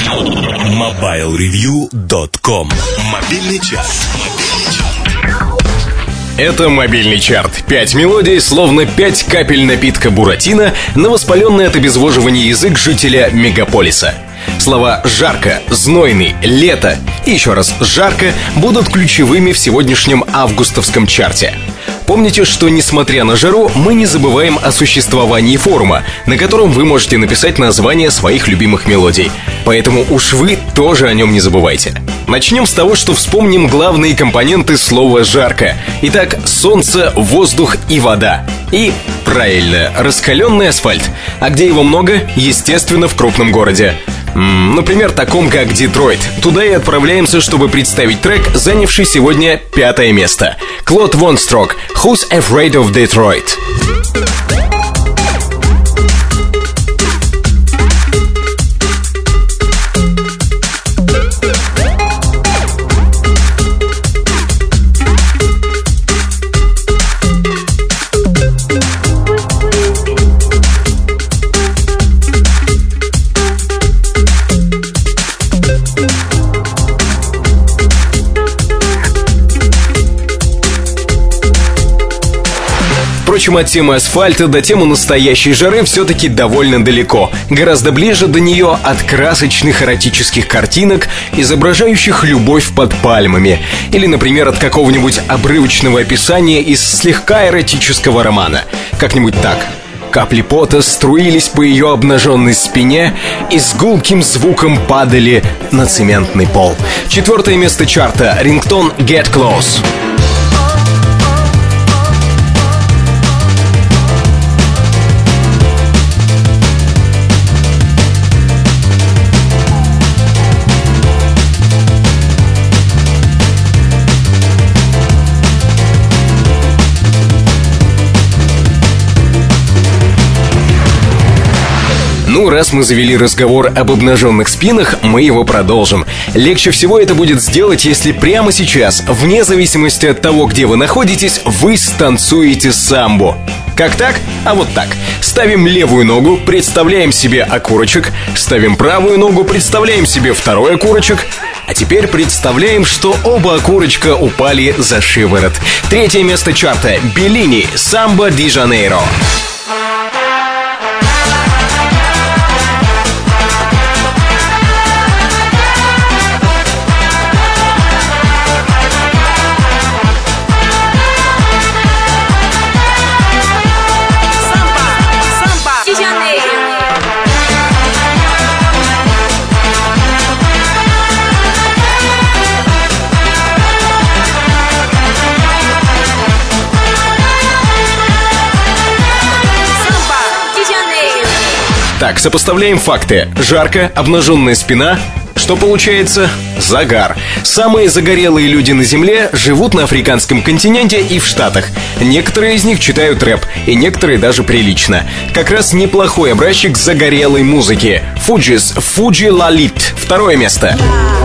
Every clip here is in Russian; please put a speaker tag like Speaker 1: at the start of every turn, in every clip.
Speaker 1: MobileReview.com. Мобильный час.
Speaker 2: Это мобильный чарт. 5 мелодий, словно 5 капель напитка буратино на воспаленный от обезвоживания язык жителя мегаполиса. Слова «жарко», «знойный», «лето» и еще раз «жарко» будут ключевыми в сегодняшнем августовском чарте. Помните, что несмотря на жару, мы не забываем о существовании форума, на котором вы можете написать название своих любимых мелодий. Поэтому уж вы тоже о нем не забывайте. Начнем с того, что вспомним главные компоненты слова «жарко». Итак, солнце, воздух и вода. И, правильно, раскаленный асфальт. А где его много? Естественно, в крупном городе. Например, таком, как Детройт. Туда и отправляемся, чтобы представить трек, занявший сегодня 5-е место. Клод Вонстрок, «Who's Afraid of Detroit?». Впрочем, от темы асфальта до темы настоящей жары все-таки довольно далеко. Гораздо ближе до нее от красочных эротических картинок, изображающих любовь под пальмами. Или, например, от какого-нибудь обрывочного описания из слегка эротического романа. Как-нибудь так. Капли пота струились по ее обнаженной спине и с гулким звуком падали на цементный пол. 4-е место чарта. Рингтон «Get Close». Ну, раз мы завели разговор об обнаженных спинах, мы его продолжим. Легче всего это будет сделать, если прямо сейчас, вне зависимости от того, где вы находитесь, вы станцуете самбо. Как так? А вот так. Ставим левую ногу, представляем себе окурочек, ставим правую ногу, представляем себе второй окурочек. А теперь представляем, что оба окурочка упали за шиворот. 3-е место чарта. Беллини, «Самбо ди Жанейро». Так, сопоставляем факты. Жарко, обнаженная спина. Что получается? Загар. Самые загорелые люди на Земле живут на африканском континенте и в Штатах. Некоторые из них читают рэп, и некоторые даже прилично. Как раз неплохой образчик загорелой музыки. Фуджис, «Фуджи Лалит». 2-е место.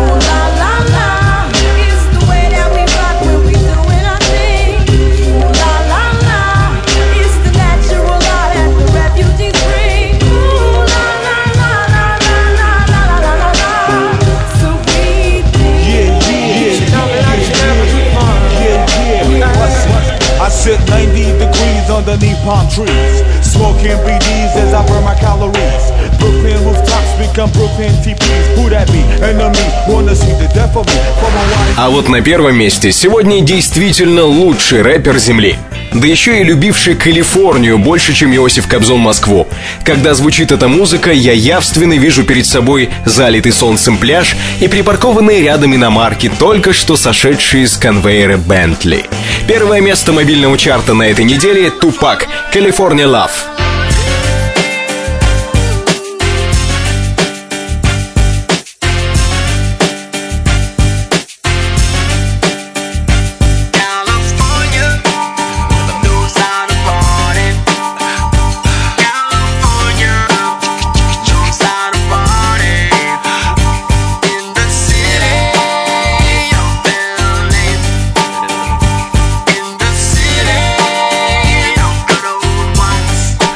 Speaker 3: Sit 90 degrees underneath palm trees, smoking BDs as I burn my calories. Brooklyn rooftops become Brooklyn TPs. Who that be? Enemy, wanna see the death of me.
Speaker 2: А вот на 1-м месте сегодня действительно лучший рэпер Земли. Да еще и любивший Калифорнию больше, чем Иосиф Кобзон Москву. Когда звучит эта музыка, я явственно вижу перед собой залитый солнцем пляж и припаркованные рядом иномарки, только что сошедшие с конвейера Бентли. 1-е место мобильного чарта на этой неделе — Тупак, «California Love».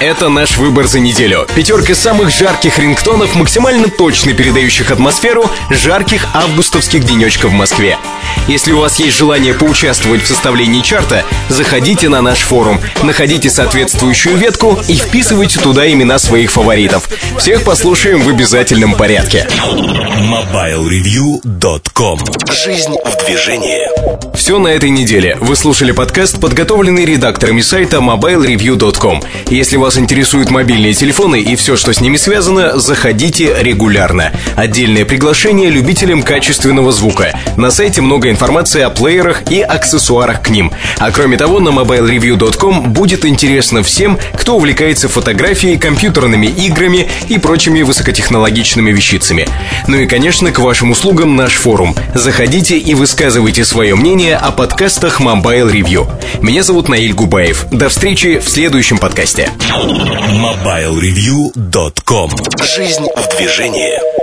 Speaker 2: Это наш выбор за неделю. 5 самых жарких рингтонов, максимально точно передающих атмосферу жарких августовских денечков в Москве. Если у вас есть желание поучаствовать в составлении чарта, заходите на наш форум, находите соответствующую ветку и вписывайте туда имена своих фаворитов. Всех послушаем в обязательном порядке.
Speaker 1: MobileReview.com. Жизнь в движении.
Speaker 2: Все на этой неделе. Вы слушали подкаст, подготовленный редакторами сайта MobileReview.com. Если вас интересуют мобильные телефоны и все, что с ними связано, заходите регулярно. Отдельное приглашение любителям качественного звука. На сайте много информации о плеерах и аксессуарах к ним. А кроме того, на MobileReview.com будет интересно всем, кто увлекается фотографией, компьютерными играми и прочими высокотехнологичными вещицами. Ну и, конечно, к вашим услугам наш форум. Заходите и высказывайте свое мнение о подкастах Mobile Review. Меня зовут Наиль Губаев. До встречи в следующем подкасте.
Speaker 1: MobileReview.com. Жизнь в движении.